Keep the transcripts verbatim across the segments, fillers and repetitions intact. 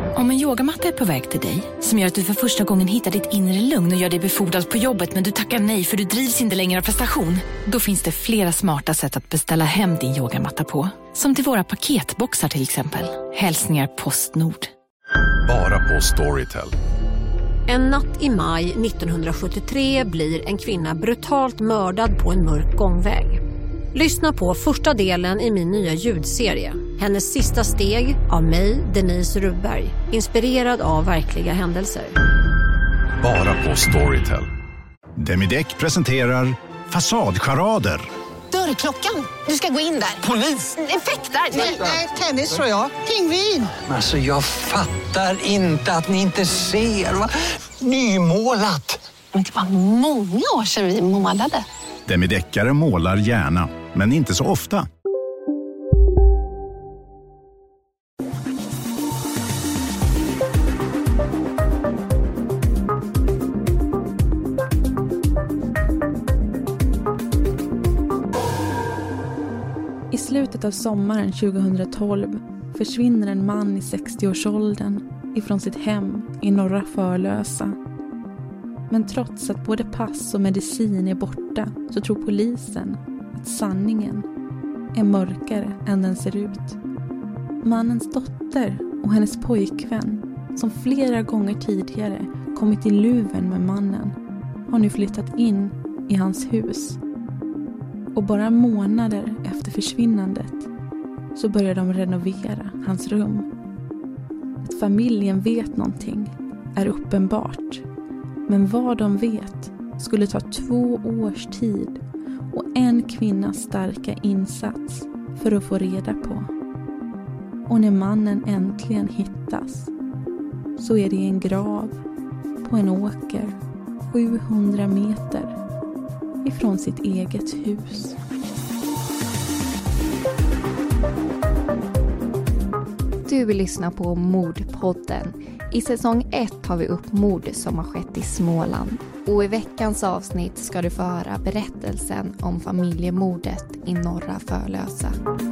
Om en yogamatta är på väg till dig, som gör att du för första gången hittar ditt inre lugn och gör dig befordrad på jobbet men du tackar nej för du drivs inte längre av prestation, då finns det flera smarta sätt att beställa hem din yogamatta på. Som till våra paketboxar till exempel. Hälsningar Postnord. Bara på Storytel. En natt i maj nittonhundrasjuttiotre blir en kvinna brutalt mördad på en mörk gångväg. Lyssna på första delen i min nya ljudserie. Hennes sista steg av mig, Denise Rubberg. Inspirerad av verkliga händelser. Bara på Storytel. Demideck presenterar Fasadcharader. Dörrklockan. Du ska gå in där. Polis? Effektar. Nej, tennis tror jag. Pingvin. Alltså jag fattar inte att ni inte ser. Va? Nymålat. Men det var många år sedan vi målade. Demideckare målar gärna, men inte så ofta. I slutet av sommaren tjugohundratolv försvinner en man i sextioårsåldern ifrån sitt hem i Norra Förlösa. Men trots att både pass och medicin är borta så tror polisen att sanningen är mörkare än den ser ut. Mannens dotter och hennes pojkvän, som flera gånger tidigare kommit i luven med mannen, har nu flyttat in i hans hus. Och bara månader efter försvinnandet så börjar de renovera hans rum. Att familjen vet någonting är uppenbart. Men vad de vet skulle ta två års tid och en kvinnas starka insats för att få reda på. Och när mannen äntligen hittas så är det i en grav på en åker sjuhundra meter ifrån sitt eget hus. Du vill lyssna på Mordpodden. I säsong ett har vi upp mord som har skett i Småland. Och i veckans avsnitt ska du få höra berättelsen om familjemordet i Norra Förlösa.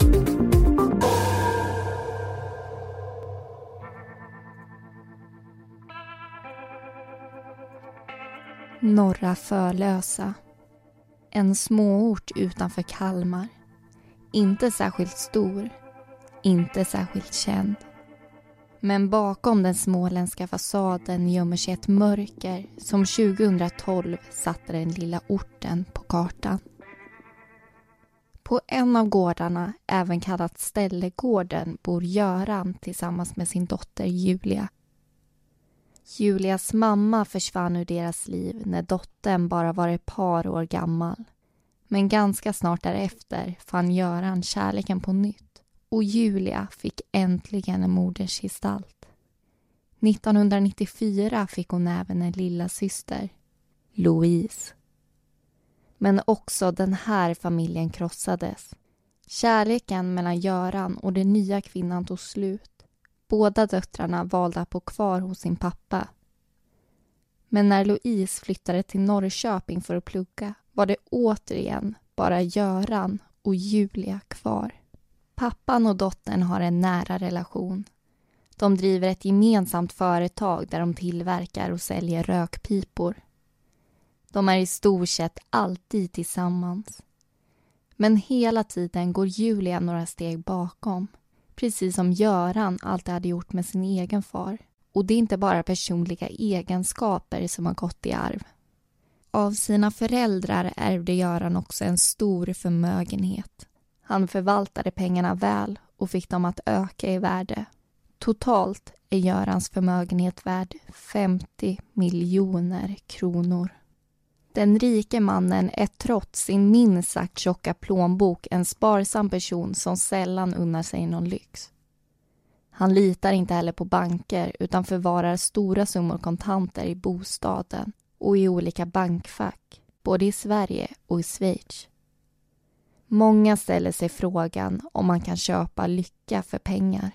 Norra Förlösa. En småort utanför Kalmar. Inte särskilt stor. Inte särskilt känd. Men bakom den småländska fasaden gömmer sig ett mörker som tjugohundratolv satte den lilla orten på kartan. På en av gårdarna, även kallat Ställegården, bor Göran tillsammans med sin dotter Julia. Julias mamma försvann ur deras liv när dottern bara var ett par år gammal. Men ganska snart därefter fann Göran kärleken på nytt. Och Julia fick äntligen en modersgestalt. nittonhundranittiofyra fick hon även en lilla syster, Louise. Men också den här familjen krossades. Kärleken mellan Göran och den nya kvinnan tog slut. Båda döttrarna valde att bo kvar hos sin pappa. Men när Louise flyttade till Norrköping för att plugga var det återigen bara Göran och Julia kvar. Pappan och dottern har en nära relation. De driver ett gemensamt företag där de tillverkar och säljer rökpipor. De är i stort sett alltid tillsammans. Men hela tiden går Julia några steg bakom. Precis som Göran alltid hade gjort med sin egen far. Och det är inte bara personliga egenskaper som har gått i arv. Av sina föräldrar ärvde Göran också en stor förmögenhet. Han förvaltade pengarna väl och fick dem att öka i värde. Totalt är Görans förmögenhet värd femtio miljoner kronor. Den rike mannen är trots sin minst sagt tjocka plånbok en sparsam person som sällan unnar sig någon lyx. Han litar inte heller på banker utan förvarar stora summor kontanter i bostaden och i olika bankfack, både i Sverige och i Schweiz. Många ställer sig frågan om man kan köpa lycka för pengar.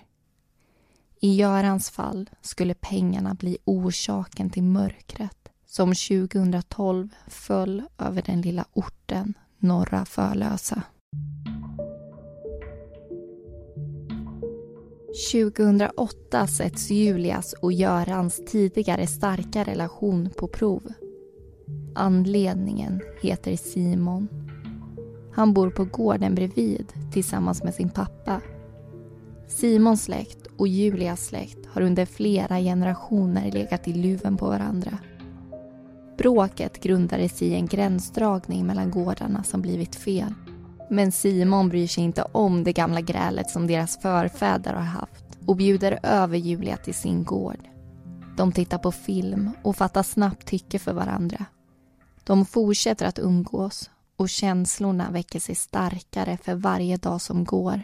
I Görans fall skulle pengarna bli orsaken till mörkret som tjugohundratolv föll över den lilla orten Norra Förlösa. tjugohundraåtta sätts Julias och Görans tidigare starka relation på prov. Anledningen heter Simon. Han bor på gården bredvid tillsammans med sin pappa. Simons släkt och Julias släkt har under flera generationer legat i luven på varandra. Bråket grundades i en gränsdragning mellan gårdarna som blivit fel. Men Simon bryr sig inte om det gamla grälet som deras förfäder har haft och bjuder över Julia till sin gård. De tittar på film och fattar snabbt tycke för varandra. De fortsätter att umgås och känslorna väcker sig starkare för varje dag som går.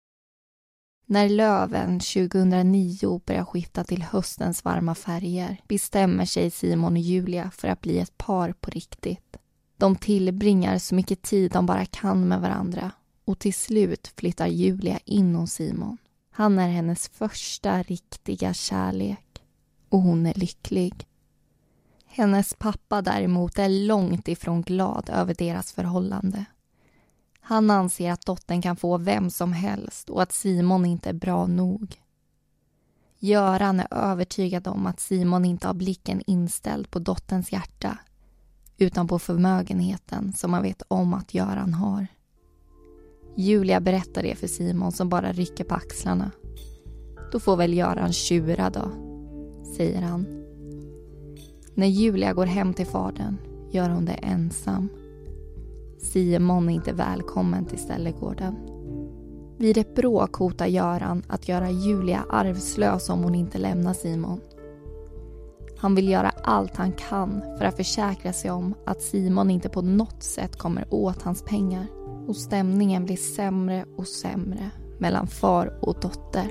När löven tjugohundranio börjar skifta till höstens varma färger bestämmer sig Simon och Julia för att bli ett par på riktigt. De tillbringar så mycket tid de bara kan med varandra och till slut flyttar Julia in hos Simon. Han är hennes första riktiga kärlek och hon är lycklig. Hennes pappa däremot är långt ifrån glad över deras förhållande. Han anser att dottern kan få vem som helst och att Simon inte är bra nog. Göran är övertygad om att Simon inte har blicken inställd på dotterns hjärta utan på förmögenheten som man vet om att Göran har. Julia berättar det för Simon som bara rycker på axlarna. Då får väl Göran tjura då, säger han. När Julia går hem till fadern gör hon det ensam. Simon är inte välkommen till ställegården. Vid ett bråk hotar Göran att göra Julia arvslös om hon inte lämnar Simon. Han vill göra allt han kan för att försäkra sig om att Simon inte på något sätt kommer åt hans pengar. Och stämningen blir sämre och sämre mellan far och dotter.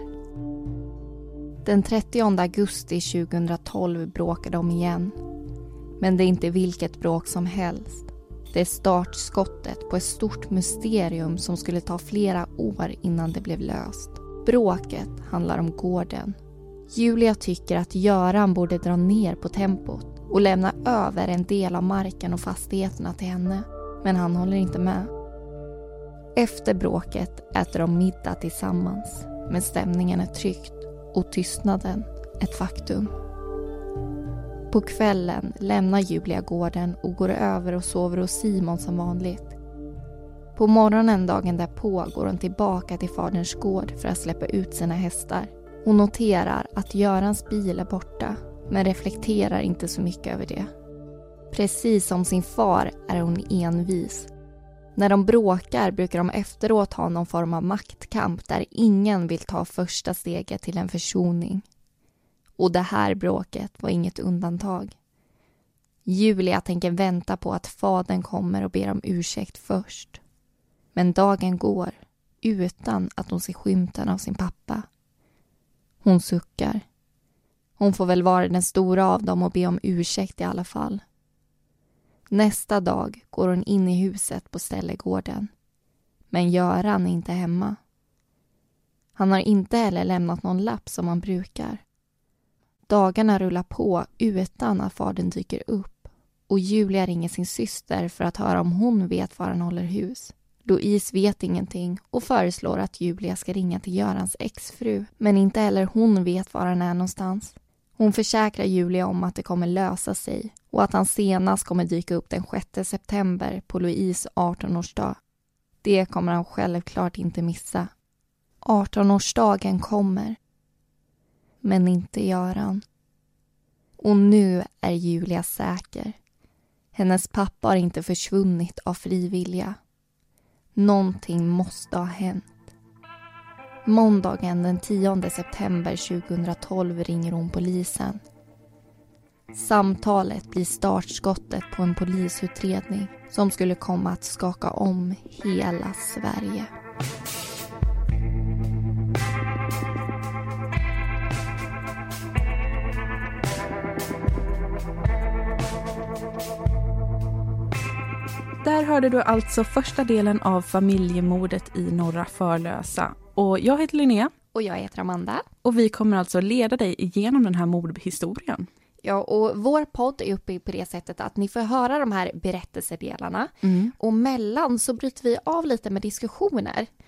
Den trettionde augusti tjugohundratolv bråkar de igen. Men det är inte vilket bråk som helst. Det är startskottet på ett stort mysterium som skulle ta flera år innan det blev löst. Bråket handlar om gården. Julia tycker att Göran borde dra ner på tempot och lämna över en del av marken och fastigheterna till henne. Men han håller inte med. Efter bråket äter de middag tillsammans. Men stämningen är tryckt och tystnaden ett faktum. På kvällen lämnar Julia gården och går över och sover hos Simon som vanligt. På morgonen dagen därpå går hon tillbaka till faderns gård för att släppa ut sina hästar. Hon noterar att Görans bil är borta, men reflekterar inte så mycket över det. Precis som sin far är hon envis. När de bråkar brukar de efteråt ha någon form av maktkamp där ingen vill ta första steget till en försoning. Och det här bråket var inget undantag. Julia tänker vänta på att fadern kommer och ber om ursäkt först. Men dagen går utan att hon ser skymten av sin pappa. Hon suckar. Hon får väl vara den stora av dem och be om ursäkt i alla fall. Nästa dag går hon in i huset på ställegården. Men Göran är inte hemma. Han har inte heller lämnat någon lapp som han brukar. Dagarna rullar på utan att fadern dyker upp. Och Julia ringer sin syster för att höra om hon vet var han håller hus. Louise vet ingenting och föreslår att Julia ska ringa till Görans exfru. Men inte heller hon vet var han är någonstans. Hon försäkrar Julia om att det kommer lösa sig och att han senast kommer dyka upp den sjätte september på Louise arton-årsdag. Det kommer han självklart inte missa. arton-årsdagen kommer. Men inte Göran. Och nu är Julia säker. Hennes pappa har inte försvunnit av frivilliga. Någonting måste ha hänt. Måndagen den tionde september tjugohundratolv ringer hon polisen. Samtalet blir startskottet på en polisutredning som skulle komma att skaka om hela Sverige. Där hörde du alltså första delen av familjemordet i Norra Förlösa. Och jag heter Linnea. Och jag heter Amanda. Och vi kommer alltså leda dig igenom den här mordhistorien. Ja, och vår podd är uppe på det sättet att ni får höra de här berättelsedelarna. Mm. Och mellan så bryter vi av lite med diskussioner. Mm.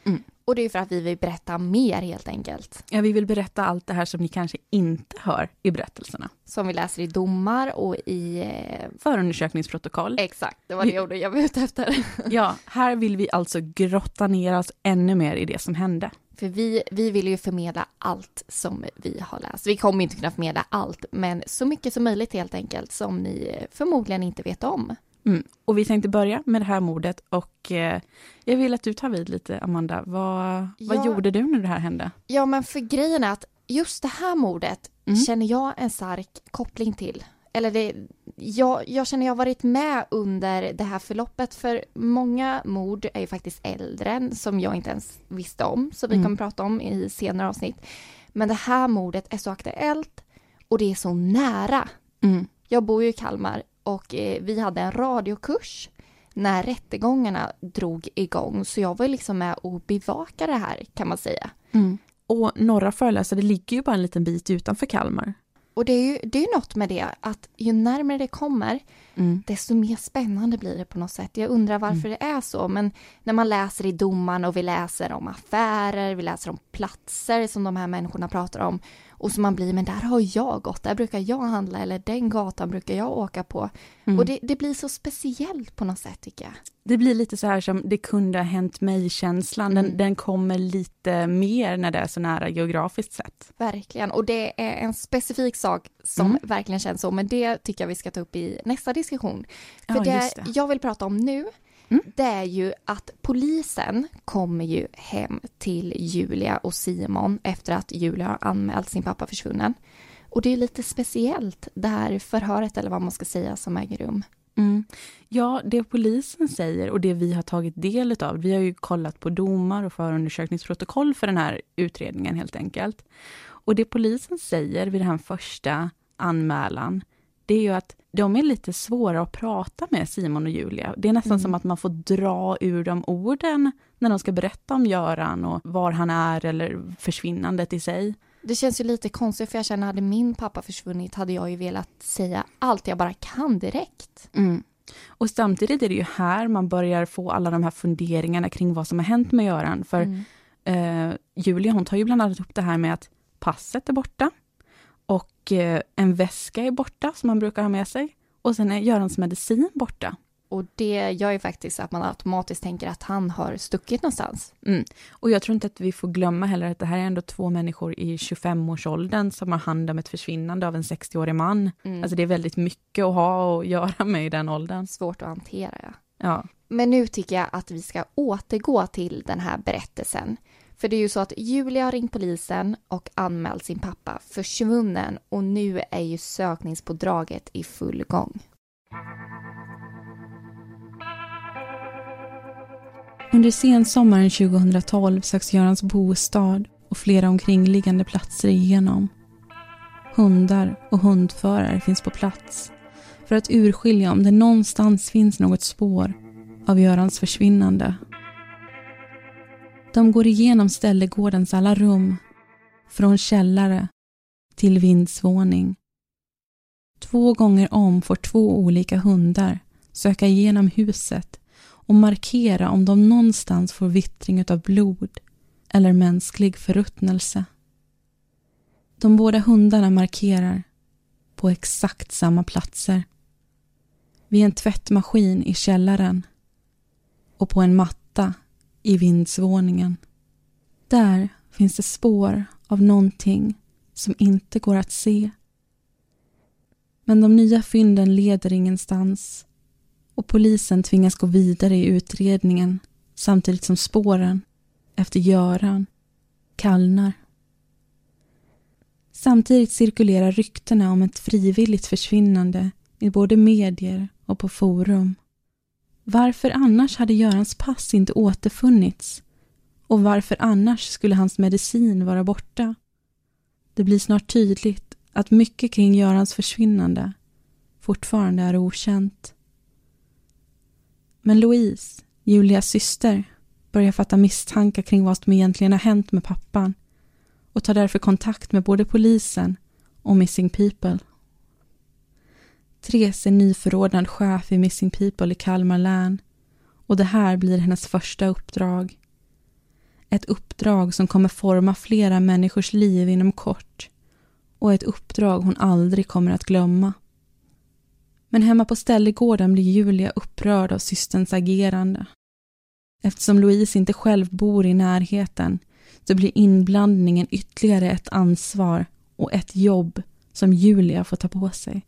Och det är för att vi vill berätta mer helt enkelt. Ja, vi vill berätta allt det här som ni kanske inte hör i berättelserna. Som vi läser i domar och i... Eh... förundersökningsprotokoll. Exakt, det var det ordet jag var ute efter. Ja, här vill vi alltså grotta ner oss ännu mer i det som hände. För vi, vi vill ju förmedla allt som vi har läst. Vi kommer inte kunna förmedla allt, men så mycket som möjligt helt enkelt som ni förmodligen inte vet om. Mm. Och vi tänkte börja med det här mordet och eh, jag vill att du tar vid lite, Amanda. Vad, ja. vad gjorde du när det här hände? Ja, men för grejen är att just det här mordet mm. känner jag en stark koppling till. Eller det, jag, jag känner jag har varit med under det här förloppet, för många mord är ju faktiskt äldre som jag inte ens visste om, så vi mm. kommer prata om i senare avsnitt. Men det här mordet är så aktuellt och det är så nära. Mm. Jag bor ju i Kalmar och eh, vi hade en radiokurs när rättegångarna drog igång, så jag var liksom med och bevakade det här, kan man säga. Mm. Och Norra Förlösa, det ligger ju bara en liten bit utanför Kalmar. Och det är ju det är ju något med det, att ju närmare det kommer, mm. desto mer spännande blir det på något sätt. Jag undrar varför mm. det är så, men när man läser i domarna och vi läser om affärer, vi läser om platser som de här människorna pratar om, och så man blir, men där har jag gått, där brukar jag handla, eller den gatan brukar jag åka på. Mm. Och det, det blir så speciellt på något sätt, tycker jag. Det blir lite så här som det kunde ha hänt mig-känslan. Den, mm. den kommer lite mer när det är så nära geografiskt sett. Verkligen, och det är en specifik sak som mm. verkligen känns så, men det tycker jag vi ska ta upp i nästa diskussion. För ja, det, det jag vill prata om nu, mm. det är ju att polisen kommer ju hem till Julia och Simon efter att Julia har anmält sin pappa försvunnen. Och det är lite speciellt det här förhöret, eller vad man ska säga, som äger rum. Mm. Ja, det polisen säger och det vi har tagit del av, vi har ju kollat på domar och förundersökningsprotokoll för den här utredningen helt enkelt. Och det polisen säger vid den här första anmälan, det är ju att de är lite svåra att prata med, Simon och Julia. Det är nästan mm. som att man får dra ur de orden när de ska berätta om Göran och var han är eller försvinnandet i sig. Det känns ju lite konstigt, för jag känner att hade min pappa försvunnit hade jag ju velat säga allt jag bara kan direkt. Mm. Och samtidigt är det ju här man börjar få alla de här funderingarna kring vad som har hänt med Göran. För mm. eh, Julia, hon tar ju bland annat upp det här med att passet är borta. Och eh, en väska är borta som man brukar ha med sig. Och sen är Görans medicin borta. Och det gör ju faktiskt att man automatiskt tänker att han har stuckit någonstans. Mm. Och jag tror inte att vi får glömma heller att det här är ändå två människor i tjugofemårsåldern som har hand om ett försvinnande av en sextioårig man. Mm. Alltså det är väldigt mycket att ha och göra med i den åldern. Svårt att hantera, ja. ja. Men nu tycker jag att vi ska återgå till den här berättelsen. För det är ju så att Julia har ringt polisen och anmält sin pappa försvunnen. Och nu är ju sökningspådraget i full gång. Under sensommaren tjugohundratolv söks Görans bostad och flera omkringliggande platser igenom. Hundar och hundförare finns på plats för att urskilja om det någonstans finns något spår av Görans försvinnande. De går igenom ställegårdens alla rum, från källare till vindsvåning. Två gånger om får två olika hundar söka igenom huset och markera om de någonstans får vittring av blod eller mänsklig förruttnelse. De båda hundarna markerar på exakt samma platser. Vid en tvättmaskin i källaren och på en matta i vindsvåningen. Där finns det spår av någonting som inte går att se. Men de nya fynden leder ingenstans. Och polisen tvingas gå vidare i utredningen samtidigt som spåren efter Göran kallnar. Samtidigt cirkulerar ryktena om ett frivilligt försvinnande i både medier och på forum. Varför annars hade Görans pass inte återfunnits? Och varför annars skulle hans medicin vara borta? Det blir snart tydligt att mycket kring Görans försvinnande fortfarande är okänt. Men Louise, Julias syster, börjar fatta misstankar kring vad som egentligen har hänt med pappan och tar därför kontakt med både polisen och Missing People. Therese är nyförordnad chef i Missing People i Kalmar län och det här blir hennes första uppdrag. Ett uppdrag som kommer forma flera människors liv inom kort. Och ett uppdrag hon aldrig kommer att glömma. Men hemma på Ställegården blir Julia upprörd av systerns agerande. Eftersom Louise inte själv bor i närheten så blir inblandningen ytterligare ett ansvar och ett jobb som Julia får ta på sig.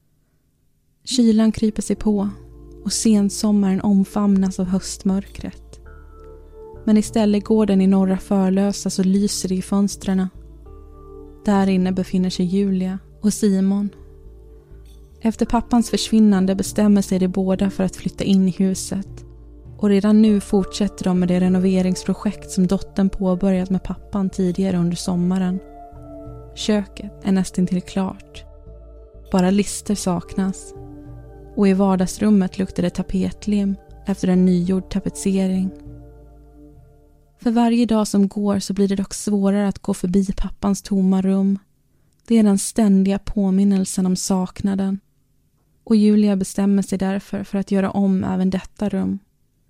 Kylan kryper sig på och sensommaren omfamnas av höstmörkret. Men i Ställegården i Norra Förlösa så lyser det i fönstren. Där inne befinner sig Julia och Simon. Efter pappans försvinnande bestämmer sig de båda för att flytta in i huset. Och redan nu fortsätter de med det renoveringsprojekt som dottern påbörjat med pappan tidigare under sommaren. Köket är nästan till klart. Bara lister saknas. Och i vardagsrummet luktar det tapetlim efter en nygjord tapetsering. För varje dag som går så blir det dock svårare att gå förbi pappans tomma rum. Det är den ständiga påminnelsen om saknaden. Och Julia bestämmer sig därför för att göra om även detta rum.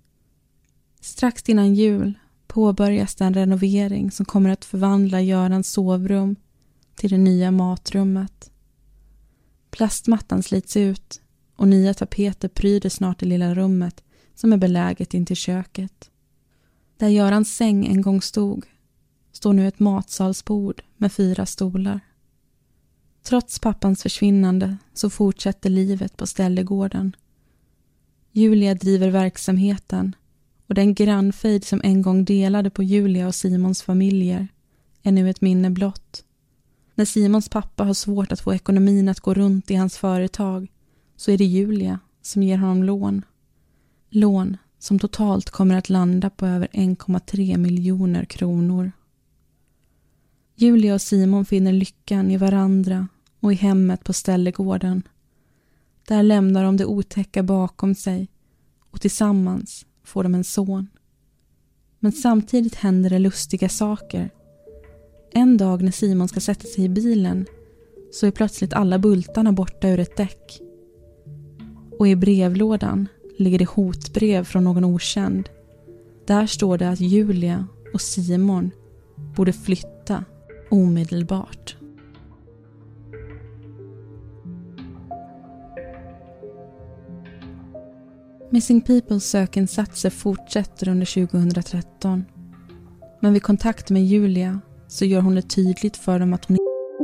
Strax innan jul påbörjas den renovering som kommer att förvandla Görans sovrum till det nya matrummet. Plastmattan slits ut och nya tapeter pryder snart det lilla rummet som är beläget intill köket. Där Görans säng en gång stod, står nu ett matsalsbord med fyra stolar. Trots pappans försvinnande så fortsätter livet på Ställegården. Julia driver verksamheten och den grannfejd som en gång delade på Julia och Simons familjer är nu ett minne blott. När Simons pappa har svårt att få ekonomin att gå runt i hans företag så är det Julia som ger honom lån. Lån som totalt kommer att landa på över en komma tre miljoner kronor. Julia och Simon finner lyckan i varandra och i hemmet på Ställegården. Där lämnar de det otäcka bakom sig och tillsammans får de en son. Men samtidigt händer det lustiga saker. En dag när Simon ska sätta sig i bilen så är plötsligt alla bultarna borta ur ett däck. Och i brevlådan ligger det hotbrev från någon okänd. Där står det att Julia och Simon borde flytta omedelbart. Missing Peoples sökinsatser fortsätter under tjugohundratretton. Men vid kontakt med Julia så gör hon det tydligt för dem att hon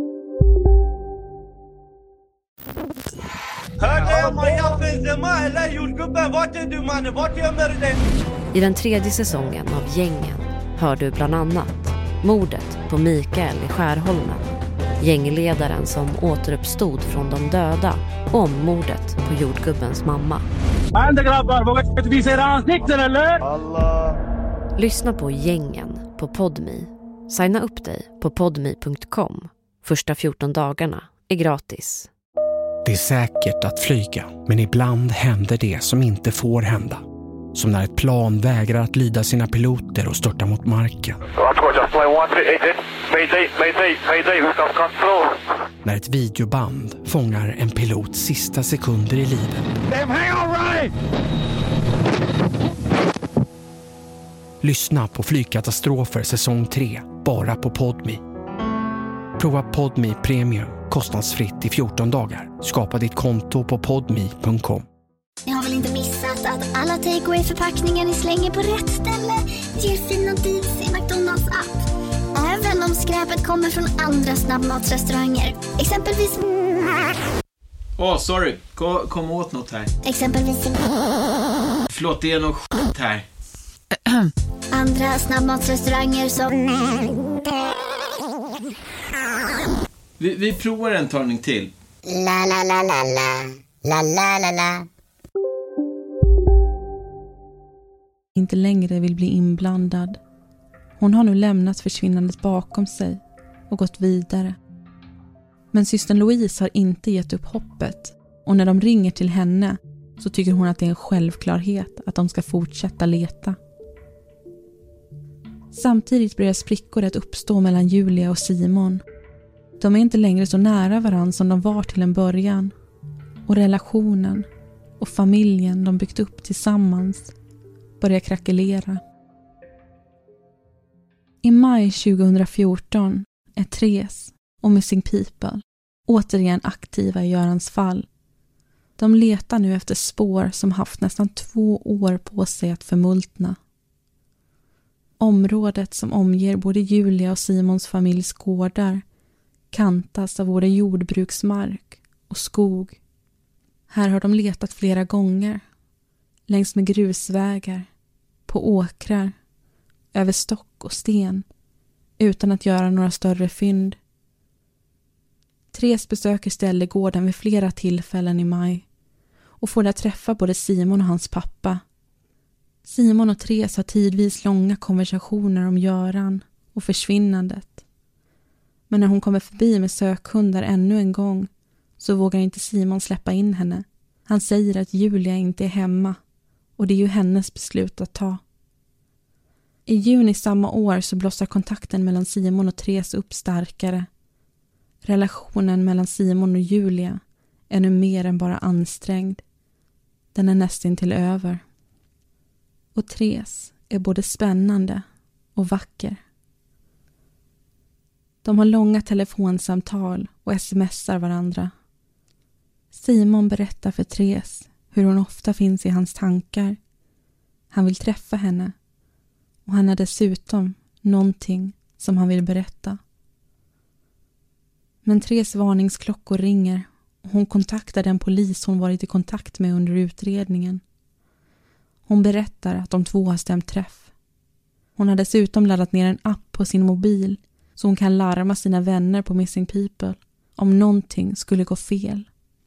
I den tredje säsongen av Gängen hör du bland annat mordet på Mikael i Skärholmen, gängledaren som återuppstod från de döda, och mordet på jordgubbens mamma. Lyssna på Gängen på Podme. Signa upp dig på podme punkt com. Första fjorton dagarna är gratis. Det är säkert att flyga, men ibland händer det som inte får hända. Som när ett plan vägrar att lyda sina piloter och störtar mot marken. När ett videoband fångar en pilots sista sekunder i livet. Lyssna på Flygkatastrofer säsong tre, bara på Podme. Prova Podme Premium kostnadsfritt i fjorton dagar. Skapa ditt konto på podme punkt com. Ni har väl inte missat att alla takeaway-förpackningar ni slänger på rätt ställe ger fina deals i McDonalds app. Även om skräpet kommer från andra snabbmatsrestauranger. Exempelvis... Åh, oh, sorry. Kom, kom åt något här. Exempelvis... Förlåt, det är något skit här. Andra snabbmatsrestauranger som... Vi, vi provar en talning till. La la la la la. La la la la. Inte längre vill bli inblandad. Hon har nu lämnat försvinnandet bakom sig och gått vidare. Men systern Louise har inte gett upp hoppet, och när de ringer till henne så tycker hon att det är en självklarhet att de ska fortsätta leta. Samtidigt börjar sprickor att uppstå mellan Julia och Simon. De är inte längre så nära varann som de var till en början, och relationen och familjen de byggt upp tillsammans börjar krackelera. I maj tjugohundrafjorton är Therese och Missing People återigen aktiva i Görans fall. De letar nu efter spår som haft nästan två år på sig att förmultna. Området som omger både Julia och Simons familjs gårdar kantas av både jordbruksmark och skog. Här har de letat flera gånger, längs med grusvägar, på åkrar, över stock och sten, utan att göra några större fynd. Therese besöker ställegården vid flera tillfällen i maj och får där träffa både Simon och hans pappa. Simon och Therese har tidvis långa konversationer om Göran och försvinnandet. Men när hon kommer förbi med sökhundar ännu en gång så vågar inte Simon släppa in henne. Han säger att Julia inte är hemma och det är ju hennes beslut att ta. I juni samma år så blossar kontakten mellan Simon och Therese upp starkare. Relationen mellan Simon och Julia är nu mer än bara ansträngd. Den är nästan till över. Och Therese är både spännande och vacker. De har långa telefonsamtal och smsar varandra. Simon berättar för Therese hur hon ofta finns i hans tankar. Han vill träffa henne och han har dessutom någonting som han vill berätta. Men Therese varningsklockor ringer och hon kontaktar den polis hon varit i kontakt med under utredningen. Hon berättar att de två har stämt träff. Hon har dessutom laddat ner en app på sin mobil så hon kan larma sina vänner på Missing People om någonting skulle gå fel.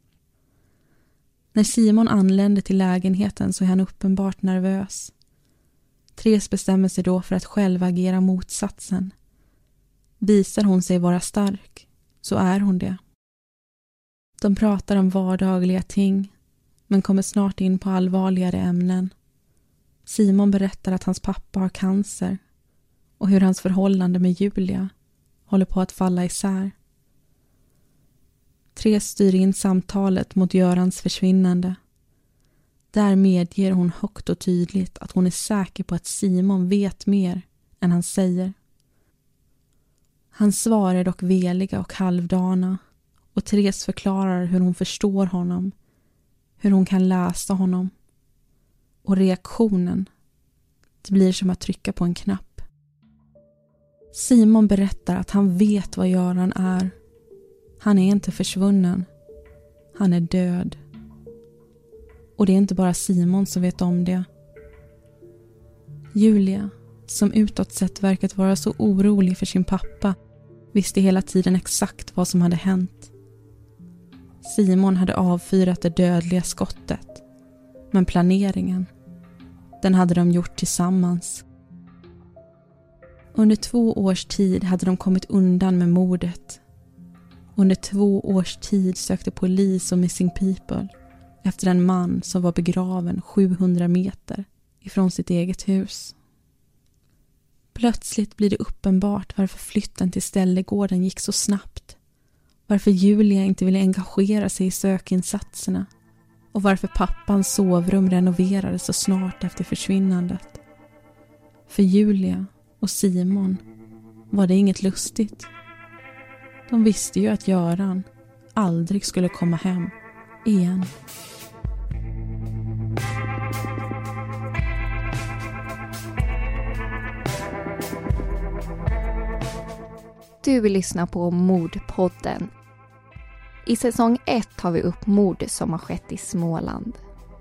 När Simon anländer till lägenheten så är han uppenbart nervös. Therese bestämmer sig då för att själv agera motsatsen. Visar hon sig vara stark så är hon det. De pratar om vardagliga ting men kommer snart in på allvarligare ämnen. Simon berättar att hans pappa har cancer och hur hans förhållande med Julia håller på att falla isär. Therese styr in samtalet mot Görans försvinnande. Där medger hon högt och tydligt att hon är säker på att Simon vet mer än han säger. Hans svar är dock veliga och halvdana och Therese förklarar hur hon förstår honom, hur hon kan läsa honom. Och reaktionen, det blir som att trycka på en knapp. Simon berättar att han vet vad Göran är. Han är inte försvunnen. Han är död. Och det är inte bara Simon som vet om det. Julia, som utåt sett verkat vara så orolig för sin pappa, visste hela tiden exakt vad som hade hänt. Simon hade avfyrat det dödliga skottet. Men planeringen, den hade de gjort tillsammans. Under två års tid hade de kommit undan med mordet. Under två års tid sökte polis och Missing People efter en man som var begraven sjuhundra meter ifrån sitt eget hus. Plötsligt blir det uppenbart varför flytten till ställegården gick så snabbt. Varför Julia inte ville engagera sig i sökinsatserna. Och varför pappans sovrum renoverades så snart efter försvinnandet. För Julia och Simon var det inget lustigt. De visste ju att Göran aldrig skulle komma hem igen. Du vill lyssna på Mordpodden. I säsong ett tar vi upp mord som har skett i Småland.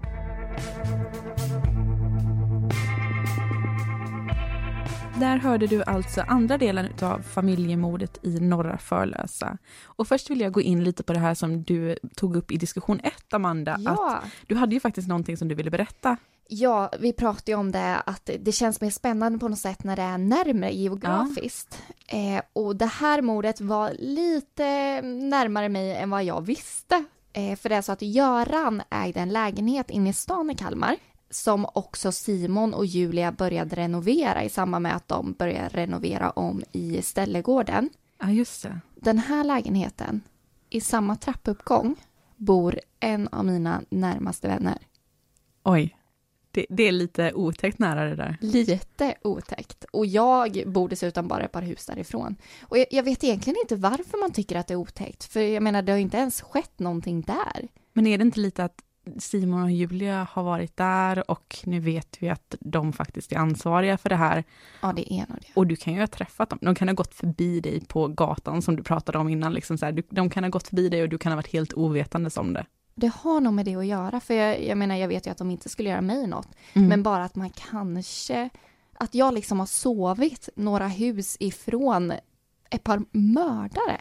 Där hörde du alltså andra delen av familjemordet i Norra Förlösa. Och först vill jag gå in lite på det här som du tog upp i diskussion ett, Amanda. Ja. Att du hade ju faktiskt någonting som du ville berätta. Ja, vi pratade ju om det att det känns mer spännande på något sätt när det är närmare geografiskt. Ja. Eh, och det här mordet var lite närmare mig än vad jag visste. Eh, för det är så att Göran ägde en lägenhet inne i stan i Kalmar. Som också Simon och Julia började renovera i samband med att de började renovera om i ställegården. Ja, just det. Den här lägenheten, i samma trappuppgång, bor en av mina närmaste vänner. Oj, Det, det är lite otäckt nära det där. Lite otäckt. Och jag bor dessutom bara ett par hus därifrån. Och jag, jag vet egentligen inte varför man tycker att det är otäckt. För jag menar, det har inte ens skett någonting där. Men är det inte lite att Simon och Julia har varit där och nu vet vi att de faktiskt är ansvariga för det här. Ja, det är nog det. Och du kan ju ha träffat dem. De kan ha gått förbi dig på gatan som du pratade om innan. Liksom så här. De kan ha gått förbi dig och du kan ha varit helt ovetandes om det. Det har nog med det att göra. För jag, jag menar, jag vet ju att de inte skulle göra mig något. Mm. Men bara att man kanske... Att jag liksom har sovit några hus ifrån ett par mördare.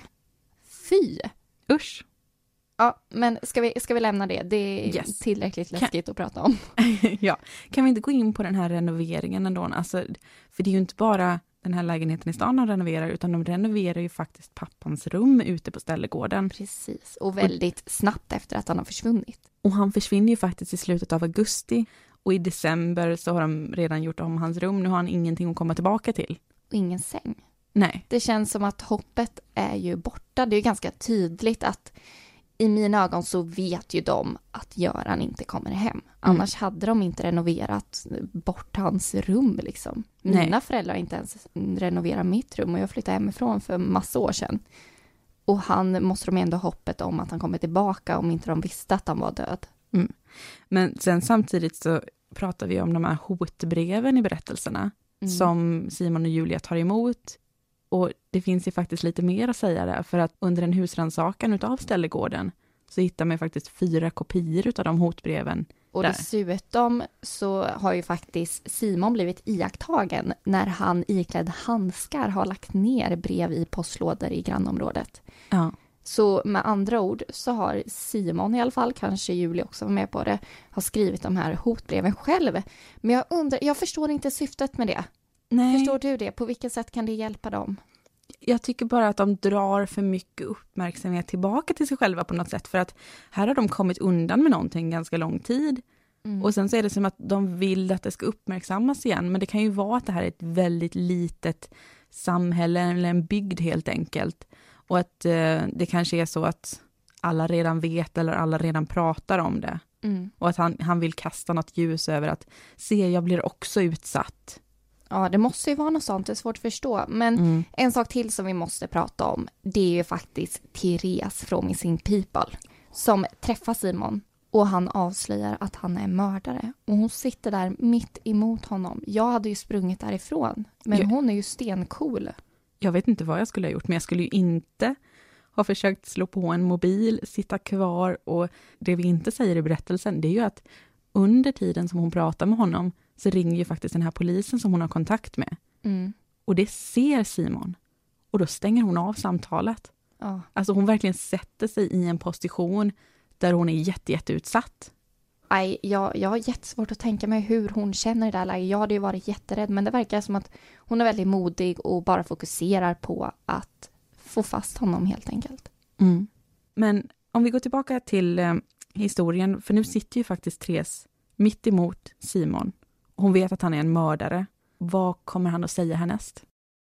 Fy! Usch! Ja, men ska vi, ska vi lämna det? Det är yes. tillräckligt läskigt kan... att prata om. Ja, kan vi inte gå in på den här renoveringen ändå? Alltså, för det är ju inte bara den här lägenheten i stan de renoverar, utan de renoverar ju faktiskt pappans rum ute på ställegården. Precis, och väldigt och... snabbt efter att han har försvunnit. Och han försvinner ju faktiskt i slutet av augusti. Och i december så har de redan gjort om hans rum. Nu har han ingenting att komma tillbaka till. Och ingen säng. Nej. Det känns som att hoppet är ju borta. Det är ju ganska tydligt att i mina ögon så vet ju de att Göran inte kommer hem. Mm. Annars hade de inte renoverat bort hans rum liksom. Mina Nej. föräldrar har inte ens renoverat mitt rum och jag flyttade hemifrån för massa år sedan. Och han måste de ändå hoppet om att han kommer tillbaka om inte de visste att han var död. Mm. Men sen samtidigt så pratar vi om de här hotbreven i berättelserna mm. som Simon och Julia tar emot. Och det finns ju faktiskt lite mer att säga där. För att under en husrannsakan utav ställegården så hittar man faktiskt fyra kopior utav de hotbreven. Och där. Dessutom så har ju faktiskt Simon blivit iakttagen när han iklädd handskar har lagt ner brev i postlådor i grannområdet. Ja. Så med andra ord så har Simon i alla fall, kanske Julia också var med på det, har skrivit de här hotbreven själv. Men jag undrar, jag förstår inte syftet med det. Nej. Förstår du det? På vilket sätt kan det hjälpa dem? Jag tycker bara att de drar för mycket uppmärksamhet tillbaka till sig själva på något sätt. För att här har de kommit undan med någonting ganska lång tid. Mm. Och sen så är det som att de vill att det ska uppmärksammas igen. Men det kan ju vara att det här är ett väldigt litet samhälle eller en bygd helt enkelt. Och att eh, det kanske är så att alla redan vet eller alla redan pratar om det. Mm. Och att han, han vill kasta något ljus över att se, jag blir också utsatt. Ja, det måste ju vara något sånt, det är svårt att förstå. Men mm. en sak till som vi måste prata om, det är ju faktiskt Therese från Missing People som träffar Simon och han avslöjar att han är mördare. Och hon sitter där mitt emot honom. Jag hade ju sprungit därifrån, men jag, hon är ju stencool. Jag vet inte vad jag skulle ha gjort, men jag skulle ju inte ha försökt slå på en mobil, sitta kvar. Och det vi inte säger i berättelsen, det är ju att under tiden som hon pratar med honom så ringer ju faktiskt den här polisen som hon har kontakt med. Mm. Och det ser Simon. Och då stänger hon av samtalet. Ja. Alltså hon verkligen sätter sig i en position där hon är jätte, jätteutsatt. Aj, jag, jag har jättesvårt att tänka mig hur hon känner det där läget. Jag hade ju varit jätterädd, men det verkar som att hon är väldigt modig och bara fokuserar på att få fast honom helt enkelt. Mm. Men om vi går tillbaka till eh, historien, för nu sitter ju faktiskt Therese mitt emot Simon. Hon vet att han är en mördare. Vad kommer han att säga härnäst?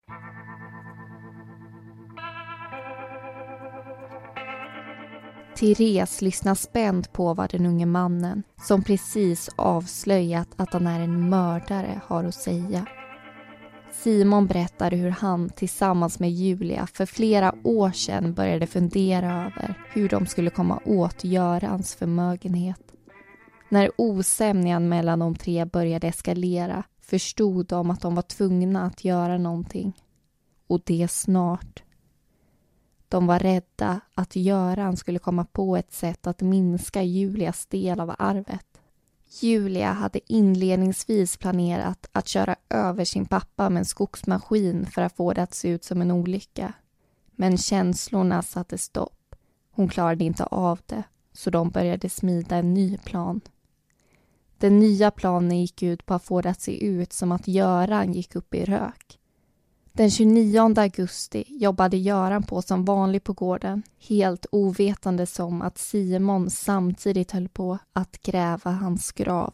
Therese lyssnar spänd på vad den unge mannen, som precis avslöjat att han är en mördare, har att säga. Simon berättar hur han tillsammans med Julia för flera år sedan började fundera över hur de skulle komma åt Görans förmögenhet. När osämjan mellan de tre började eskalera förstod de att de var tvungna att göra någonting. Och det snart. De var rädda att Göran skulle komma på ett sätt att minska Julias del av arvet. Julia hade inledningsvis planerat att köra över sin pappa med en skogsmaskin för att få det att se ut som en olycka. Men känslorna satte stopp. Hon klarade inte av det, så de började smida en ny plan. Den nya planen gick ut på att få det att se ut som att Göran gick upp i rök. Den tjugonionde augusti jobbade Göran på som vanligt på gården, helt ovetande som att Simon samtidigt höll på att gräva hans grav.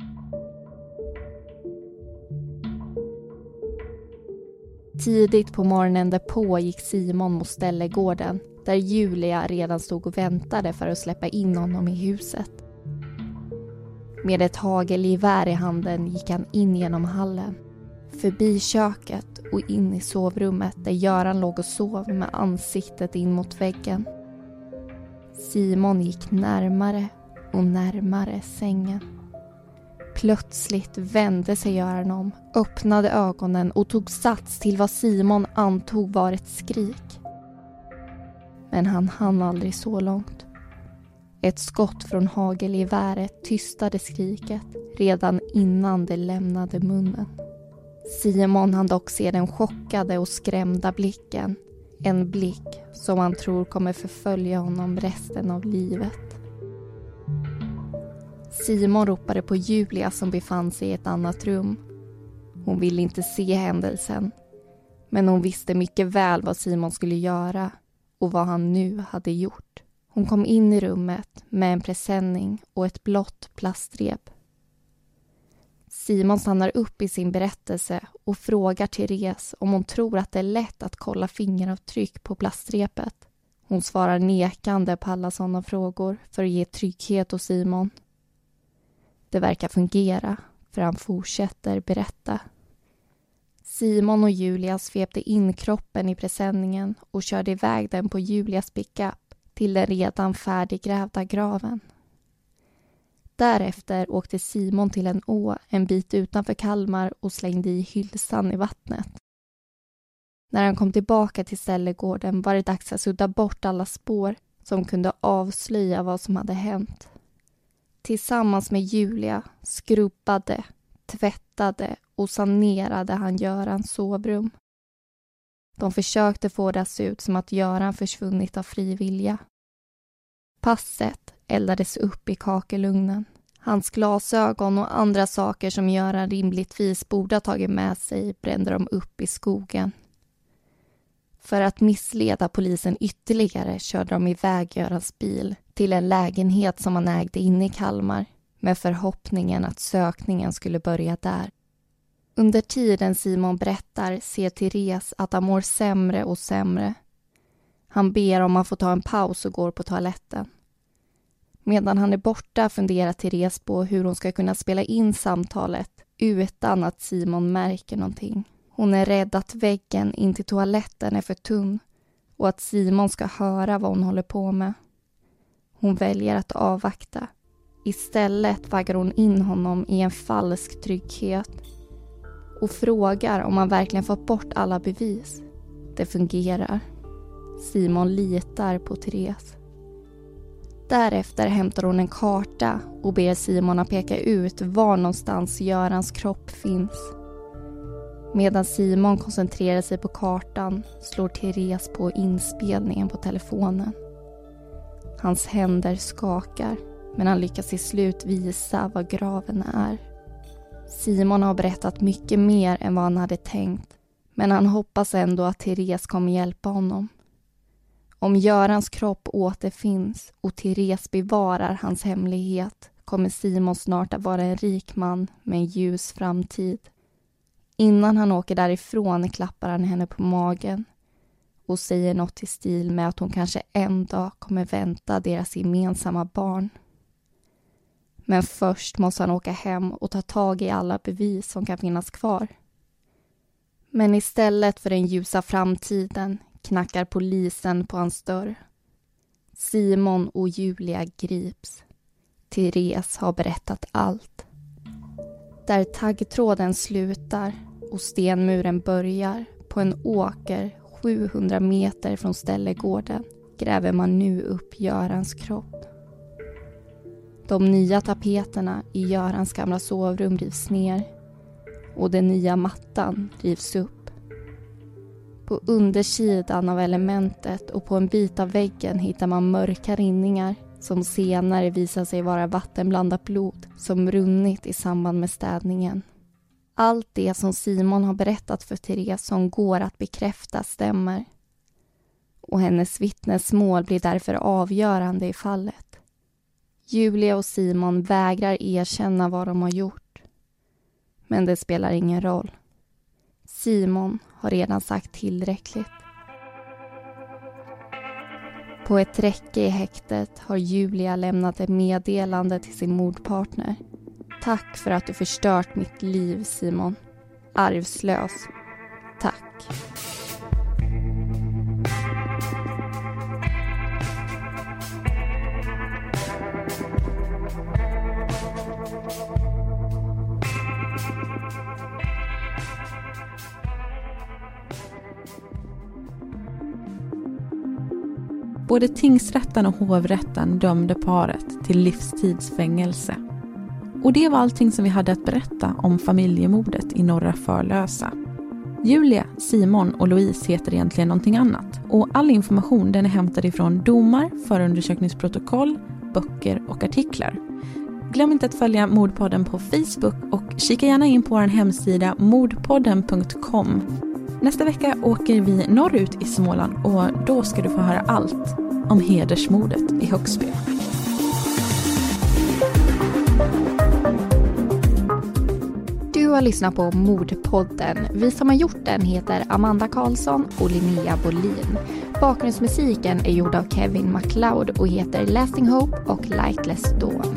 Tidigt på morgonen därpå gick Simon mot ställegården, där Julia redan stod och väntade för att släppa in honom i huset. Med ett hagelgevär i handen gick han in genom hallen, förbi köket och in i sovrummet där Göran låg och sov med ansiktet in mot väggen. Simon gick närmare och närmare sängen. Plötsligt vände sig Göran om, öppnade ögonen och tog sats till vad Simon antog var ett skrik. Men han hann aldrig så långt. Ett skott från hagelgeväret tystade skriket redan innan det lämnade munnen. Simon hann dock se den chockade och skrämda blicken. En blick som han tror kommer förfölja honom resten av livet. Simon ropade på Julia som befann sig i ett annat rum. Hon ville inte se händelsen, men hon visste mycket väl vad Simon skulle göra och vad han nu hade gjort. Hon kom in i rummet med en presenning och ett blått plastrep. Simon stannar upp i sin berättelse och frågar Therese om hon tror att det är lätt att kolla fingeravtryck på plastrepet. Hon svarar nekande på alla sådana frågor för att ge trygghet hos Simon. Det verkar fungera, för han fortsätter berätta. Simon och Julia svepte in kroppen i presenningen och körde iväg den på Julias pickup till den redan färdiggrävda graven. Därefter åkte Simon till en å en bit utanför Kalmar och slängde i hylsan i vattnet. När han kom tillbaka till ställegården var det dags att sudda bort alla spår som kunde avslöja vad som hade hänt. Tillsammans med Julia skrubbade, tvättade och sanerade han Görans sovrum. De försökte få det att se ut som att Göran försvunnit av fri vilja. Passet eldades upp i kakelugnen. Hans glasögon och andra saker som Göran rimligtvis borde ha tagit med sig brände de upp i skogen. För att missleda polisen ytterligare körde de iväg Görans bil till en lägenhet som han ägde inne i Kalmar med förhoppningen att sökningen skulle börja där. Under tiden Simon berättar ser Therese att han mår sämre och sämre. Han ber om att få ta en paus och går på toaletten. Medan han är borta funderar Therese på hur hon ska kunna spela in samtalet utan att Simon märker någonting. Hon är rädd att väggen in till toaletten är för tunn och att Simon ska höra vad hon håller på med. Hon väljer att avvakta. Istället vaggar hon in honom i en falsk trygghet och frågar om han verkligen fått bort alla bevis. Det fungerar. Simon litar på Therese. Därefter hämtar hon en karta och ber Simon att peka ut var någonstans Görans kropp finns. Medan Simon koncentrerar sig på kartan slår Therese på inspelningen på telefonen. Hans händer skakar, men han lyckas till slut visa vad graven är. Simon har berättat mycket mer än vad han hade tänkt, men han hoppas ändå att Therese kommer hjälpa honom. Om Görans kropp återfinns och Therese bevarar hans hemlighet kommer Simon snart att vara en rik man med en ljus framtid. Innan han åker därifrån klappar han henne på magen och säger något i stil med att hon kanske en dag kommer vänta deras gemensamma barn. Men först måste han åka hem och ta tag i alla bevis som kan finnas kvar. Men istället för den ljusa framtiden knackar polisen på hans dörr. Simon och Julia grips. Therese har berättat allt. Där taggtråden slutar och stenmuren börjar på en åker sjuhundra meter från ställegården gräver man nu upp Görans kropp. De nya tapeterna i Görans gamla sovrum rivs ner och den nya mattan rivs upp. På undersidan av elementet och på en bit av väggen hittar man mörka rinningar som senare visar sig vara vattenblandat blod som runnit i samband med städningen. Allt det som Simon har berättat för Therese som går att bekräfta stämmer. Och hennes vittnesmål blir därför avgörande i fallet. Julia och Simon vägrar erkänna vad de har gjort. Men det spelar ingen roll. Simon har redan sagt tillräckligt. På ett räcke i häktet har Julia lämnat ett meddelande till sin mordpartner Tack för att du förstört mitt liv, Simon. Arvslös. Tack. Både tingsrätten och hovrätten dömde paret till livstidsfängelse. Och det var allting som vi hade att berätta om familjemordet i Norra Förlösa. Julia, Simon och Louise heter egentligen någonting annat. Och all information den är hämtad ifrån domar, förundersökningsprotokoll, böcker och artiklar. Glöm inte att följa Mordpodden på Facebook och kika gärna in på vår hemsida mordpodden punkt com. Nästa vecka åker vi norrut i Småland och då ska du få höra allt om hedersmordet i Högsby. Du har lyssnat på Mordpodden. Vi som har gjort den heter Amanda Karlsson och Linnea Bolin. Bakgrundsmusiken är gjord av Kevin MacLeod och heter Lasting Hope och Lightless Dawn.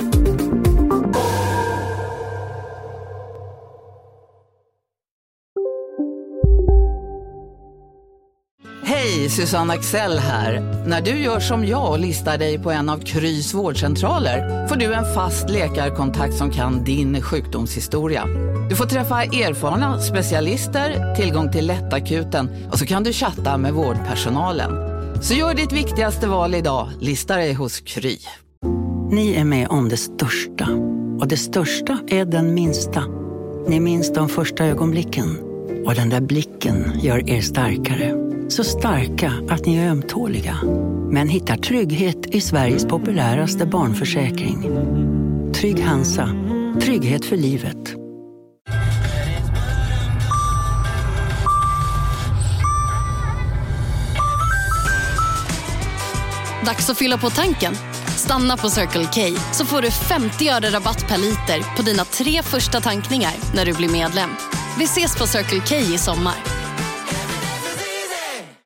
Hej, Susanne Axel här. När du gör som jag och listar dig på en av Krys vårdcentraler får du en fast läkarkontakt som kan din sjukdomshistoria. Du får träffa erfarna specialister, tillgång till lättakuten och så kan du chatta med vårdpersonalen. Så gör ditt viktigaste val idag, lista dig hos Kry. Ni är med om det största. Och det största är den minsta. Ni minns de första ögonblicken. Och den där blicken gör er starkare. Så starka att ni är ömtåliga. Men hittar trygghet i Sveriges populäraste barnförsäkring. Trygg Hansa. Trygghet för livet. Dags att fylla på tanken. Stanna på Circle K så får du femtio öre rabatt per liter på dina tre första tankningar när du blir medlem. Vi ses på Circle K i sommar.